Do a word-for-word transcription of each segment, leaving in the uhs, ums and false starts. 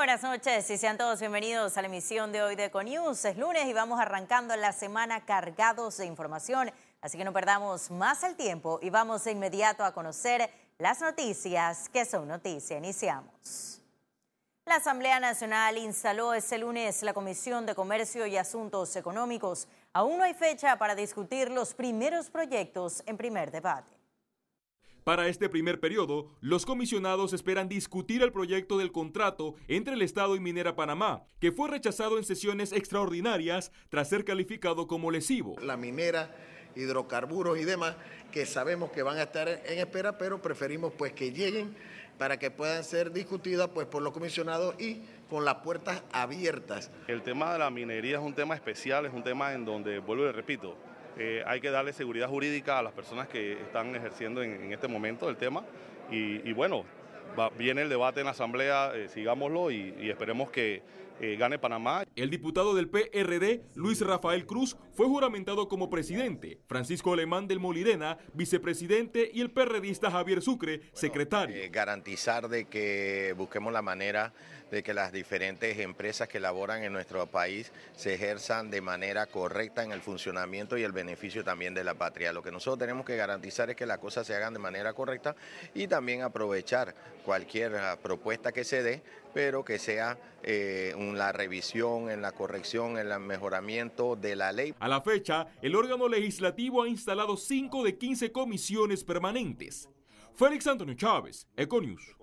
buenas noches y sean todos bienvenidos a la emisión de hoy de Econews. Es lunes y vamos arrancando la semana cargados de información, así que no perdamos más el tiempo y vamos de inmediato a conocer las noticias que son noticia. Iniciamos. La Asamblea Nacional instaló este lunes la Comisión de Comercio y Asuntos Económicos. Aún no hay fecha para discutir los primeros proyectos en primer debate. Para este primer periodo, los comisionados esperan discutir el proyecto del contrato entre el Estado y Minera Panamá, que fue rechazado en sesiones extraordinarias tras ser calificado como lesivo. La minera, hidrocarburos y demás, que sabemos que van a estar en espera, pero preferimos pues que lleguen para que puedan ser discutidas pues por los comisionados y con las puertas abiertas. El tema de la minería es un tema especial, es un tema en donde, vuelvo y repito, Eh, hay que darle seguridad jurídica a las personas que están ejerciendo en, en este momento el tema y, y bueno, va, viene el debate en la Asamblea, eh, sigámoslo y, y esperemos que eh, gane Panamá. El diputado del P R D, Luis Rafael Cruz, fue juramentado como presidente, Francisco Alemán del Molirena, vicepresidente y el perredista Javier Sucre, bueno, secretario. Eh, garantizar de que busquemos la manera de que las diferentes empresas que laboran en nuestro país se ejerzan de manera correcta en el funcionamiento y el beneficio también de la patria. Lo que nosotros tenemos que garantizar es que las cosas se hagan de manera correcta y también aprovechar cualquier uh, propuesta que se dé, pero que sea eh, la revisión, en la corrección, en el mejoramiento de la ley. A la fecha, el órgano legislativo ha instalado cinco de quince comisiones permanentes. Félix Antonio Chávez, Econews.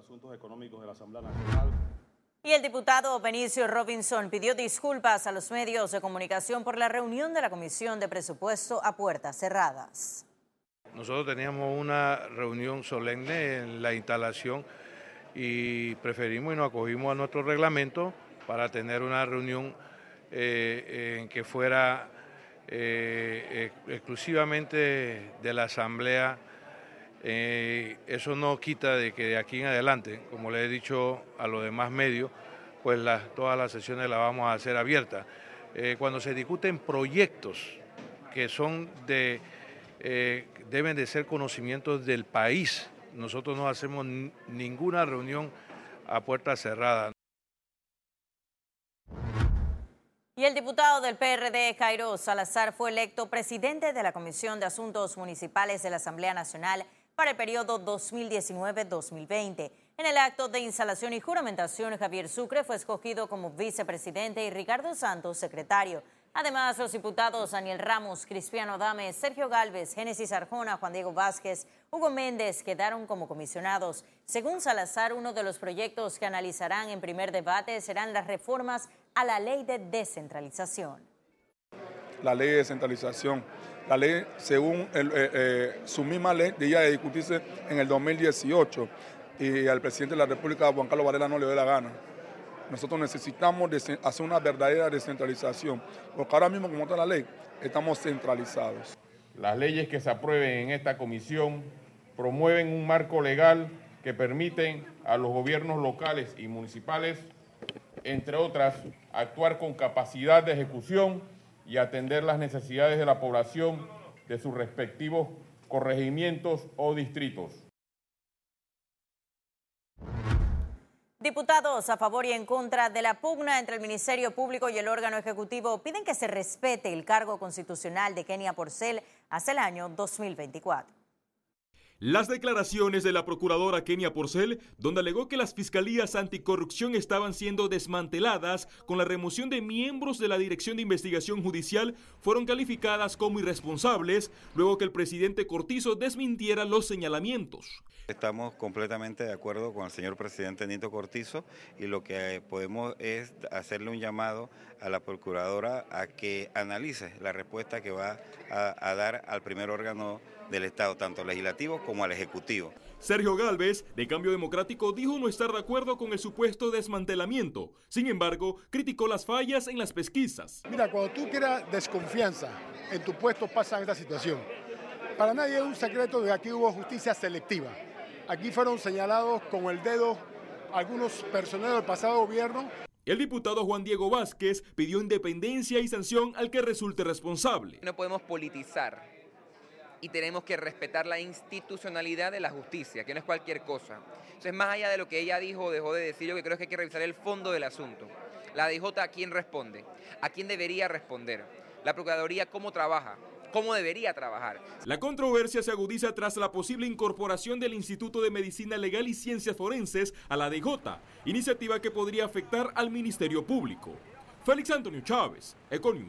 Y el diputado Benicio Robinson pidió disculpas a los medios de comunicación por la reunión de la Comisión de Presupuesto a puertas cerradas. Nosotros teníamos una reunión solemne en la instalación y preferimos y nos acogimos a nuestro reglamento para tener una reunión eh, en que fuera eh, exclusivamente de la Asamblea. Eh, eso no quita de que de aquí en adelante, como le he dicho a los demás medios, pues las, todas las sesiones las vamos a hacer abiertas. Eh, cuando se discuten proyectos que son de, eh, deben de ser conocimientos del país, nosotros no hacemos ninguna reunión a puertas cerradas. Y el diputado del P R D, Jairo Salazar, fue electo presidente de la Comisión de Asuntos Municipales de la Asamblea Nacional para el periodo dos mil diecinueve a dos mil veinte. En el acto de instalación y juramentación, Javier Sucre fue escogido como vicepresidente y Ricardo Santos, secretario. Además, los diputados Daniel Ramos, Cristiano Adames, Sergio Gálvez, Génesis Arjona, Juan Diego Vázquez, Hugo Méndez quedaron como comisionados. Según Salazar, uno de los proyectos que analizarán en primer debate serán las reformas a la ley de descentralización. La ley de descentralización. La ley, según el, eh, eh, su misma ley, debía de discutirse en el dos mil dieciocho y al presidente de la República, Juan Carlos Varela, no le dio la gana. Nosotros necesitamos hacer una verdadera descentralización, porque ahora mismo, como está la ley, estamos centralizados. Las leyes que se aprueben en esta comisión promueven un marco legal que permiten a los gobiernos locales y municipales, entre otras, actuar con capacidad de ejecución y atender las necesidades de la población de sus respectivos corregimientos o distritos. Diputados a favor y en contra de la pugna entre el Ministerio Público y el órgano ejecutivo piden que se respete el cargo constitucional de Kenia Porcel hasta el año dos mil veinticuatro. Las declaraciones de la procuradora Kenia Porcel, donde alegó que las fiscalías anticorrupción estaban siendo desmanteladas con la remoción de miembros de la Dirección de Investigación Judicial, fueron calificadas como irresponsables luego que el presidente Cortizo desmintiera los señalamientos. Estamos completamente de acuerdo con el señor presidente Nito Cortizo y lo que podemos es hacerle un llamado a la procuradora a que analice la respuesta que va a, a dar al primer órgano del Estado, tanto legislativo como al ejecutivo. Sergio Gálvez, de Cambio Democrático, dijo no estar de acuerdo con el supuesto desmantelamiento. Sin embargo, criticó las fallas en las pesquisas. Mira, cuando tú quieras desconfianza en tu puesto pasa esta situación. Para nadie es un secreto de que aquí hubo justicia selectiva. Aquí fueron señalados con el dedo algunos personeros del pasado gobierno. El diputado Juan Diego Vázquez pidió independencia y sanción al que resulte responsable. No podemos politizar y tenemos que respetar la institucionalidad de la justicia, que no es cualquier cosa. Entonces, más allá de lo que ella dijo o dejó de decir, yo que creo es que hay que revisar el fondo del asunto. La D J, ¿a quién responde? ¿A quién debería responder? La Procuraduría, ¿cómo trabaja? ¿Cómo debería trabajar? La controversia se agudiza tras la posible incorporación del Instituto de Medicina Legal y Ciencias Forenses a la D J, iniciativa que podría afectar al Ministerio Público. Félix Antonio Chávez, Econius.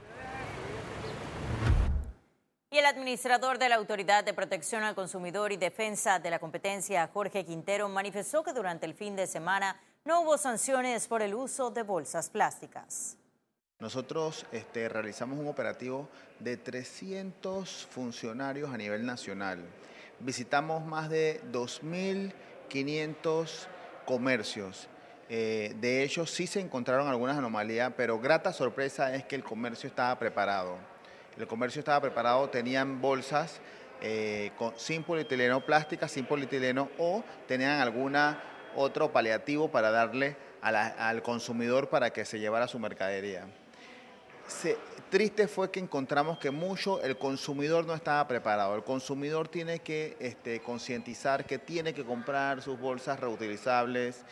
Y el administrador de la Autoridad de Protección al Consumidor y Defensa de la Competencia, Jorge Quintero, manifestó que durante el fin de semana no hubo sanciones por el uso de bolsas plásticas. Nosotros este, realizamos un operativo de trescientos funcionarios a nivel nacional. Visitamos más de dos mil quinientos comercios. Eh, de ellos sí se encontraron algunas anomalías, pero grata sorpresa es que el comercio estaba preparado. El comercio estaba preparado, tenían bolsas eh, con, sin polietileno, plásticas sin polietileno, o tenían alguna otro paliativo para darle a la, al consumidor para que se llevara su mercadería. Se, triste fue que encontramos que mucho el consumidor no estaba preparado. El consumidor tiene que este, concientizar que tiene que comprar sus bolsas reutilizables.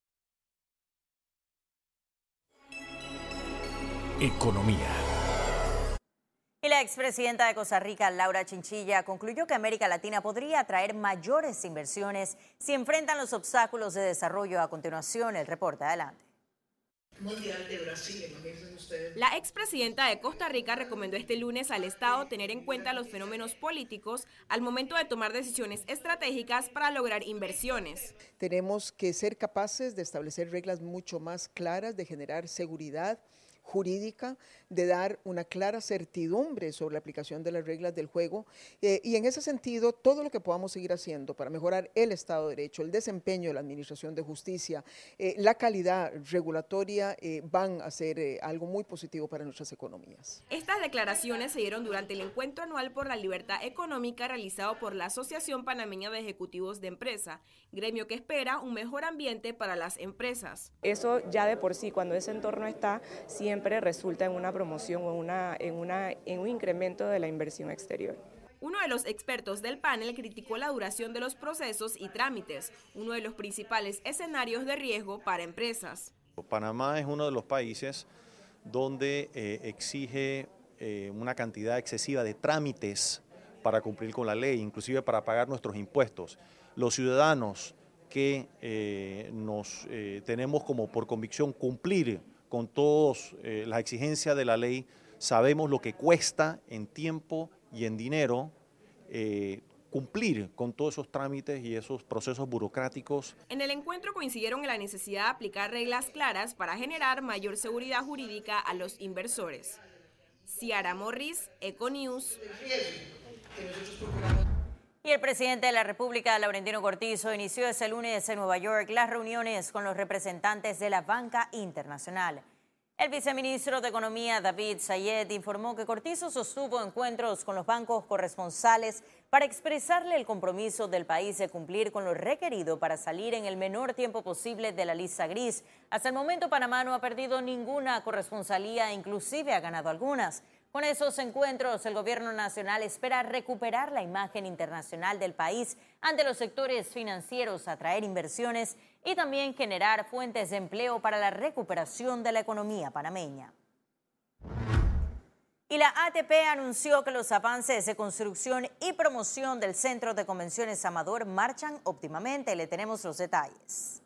Economía. Y la expresidenta de Costa Rica, Laura Chinchilla, concluyó que América Latina podría atraer mayores inversiones si enfrentan los obstáculos de desarrollo. A continuación, el reporte. Adelante. Mundial de Brasil, imagínense ustedes. La expresidenta de Costa Rica recomendó este lunes al Estado tener en cuenta los fenómenos políticos al momento de tomar decisiones estratégicas para lograr inversiones. Tenemos que ser capaces de establecer reglas mucho más claras, de generar seguridad jurídica, de dar una clara certidumbre sobre la aplicación de las reglas del juego eh, y en ese sentido todo lo que podamos seguir haciendo para mejorar el Estado de Derecho, el desempeño de la Administración de Justicia, eh, la calidad regulatoria eh, van a ser eh, algo muy positivo para nuestras economías. Estas declaraciones se dieron durante el encuentro anual por la libertad económica realizado por la Asociación Panameña de Ejecutivos de Empresa, gremio que espera un mejor ambiente para las empresas. Eso ya de por sí, cuando ese entorno está, siempre siempre resulta en una promoción o una, en, una, en un incremento de la inversión exterior. Uno de los expertos del panel criticó la duración de los procesos y trámites, uno de los principales escenarios de riesgo para empresas. Panamá es uno de los países donde eh, exige eh, una cantidad excesiva de trámites para cumplir con la ley, inclusive para pagar nuestros impuestos. Los ciudadanos que eh, nos eh, tenemos como por convicción cumplir con todas eh, las exigencias de la ley, sabemos lo que cuesta en tiempo y en dinero eh, cumplir con todos esos trámites y esos procesos burocráticos. En el encuentro coincidieron en la necesidad de aplicar reglas claras para generar mayor seguridad jurídica a los inversores. Ciara Morris, Econews. Y el presidente de la República, Laurentino Cortizo, inició ese lunes en Nueva York las reuniones con los representantes de la banca internacional. El viceministro de Economía, David Sayed, informó que Cortizo sostuvo encuentros con los bancos corresponsales para expresarle el compromiso del país de cumplir con lo requerido para salir en el menor tiempo posible de la lista gris. Hasta el momento, Panamá no ha perdido ninguna corresponsalía, inclusive ha ganado algunas. Con esos encuentros, el gobierno nacional espera recuperar la imagen internacional del país ante los sectores financieros, atraer inversiones y también generar fuentes de empleo para la recuperación de la economía panameña. Y la A T P anunció que los avances de construcción y promoción del Centro de Convenciones Amador marchan óptimamente. Le tenemos los detalles.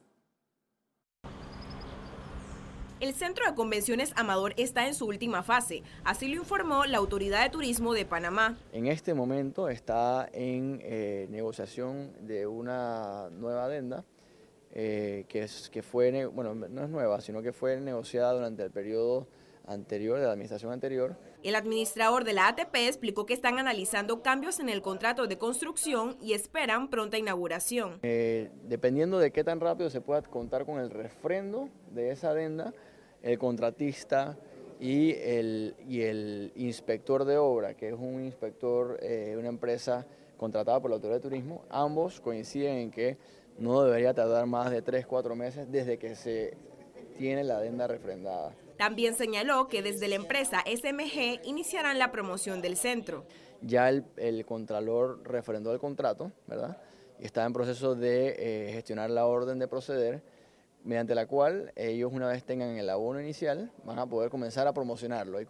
El Centro de Convenciones Amador está en su última fase, así lo informó la Autoridad de Turismo de Panamá. En este momento está en eh, negociación de una nueva adenda, eh, que, es, que fue, bueno, no es nueva, sino que fue negociada durante el periodo anterior, de la administración anterior. El administrador de la A T P explicó que están analizando cambios en el contrato de construcción y esperan pronta inauguración. Eh, dependiendo de qué tan rápido se pueda contar con el refrendo de esa adenda, el contratista y el, y el inspector de obra, que es un inspector, eh, una empresa contratada por la Autoridad de Turismo, ambos coinciden en que no debería tardar más de tres, cuatro meses desde que se tiene la adenda refrendada. También señaló que desde la empresa S M G iniciarán la promoción del centro. Ya el, el Contralor refrendó el contrato, ¿verdad? Y está en proceso de eh, gestionar la orden de proceder, mediante la cual ellos, una vez tengan el abono inicial, van a poder comenzar a promocionarlo.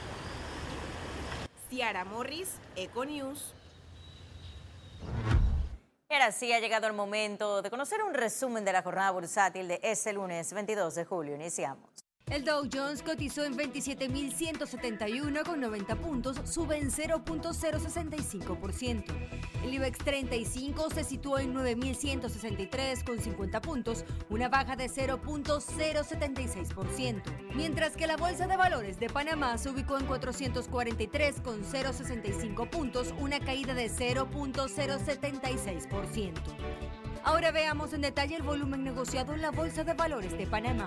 Ciara Morris, Econews. Y ahora sí ha llegado el momento de conocer un resumen de la jornada bursátil de este lunes veintidós de julio. Iniciamos. El Dow Jones cotizó en veintisiete mil ciento setenta y uno con noventa puntos, sube en cero punto cero sesenta y cinco por ciento. El IBEX treinta y cinco se situó en nueve mil ciento sesenta y tres con cincuenta puntos, una baja de cero punto cero setenta y seis por ciento. Mientras que la Bolsa de Valores de Panamá se ubicó en cuatrocientos cuarenta y tres con cero sesenta y cinco puntos, una caída de cero punto cero setenta y seis por ciento. Ahora veamos en detalle el volumen negociado en la Bolsa de Valores de Panamá.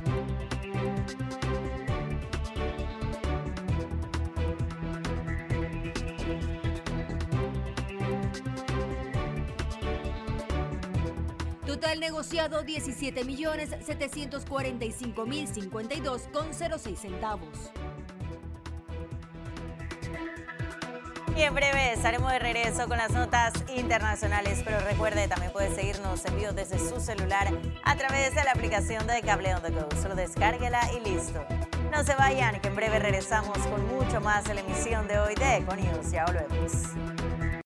Total negociado diecisiete millones setecientos cuarenta y cinco mil cincuenta y dos con cero seis centavos. Y en breve estaremos de regreso con las notas internacionales, pero recuerde, también puede seguirnos en vivo desde su celular a través de la aplicación de Cable on the Go. Solo descárguela y listo. No se vayan, que en breve regresamos con mucho más de la emisión de hoy de Econews. Ya volvemos.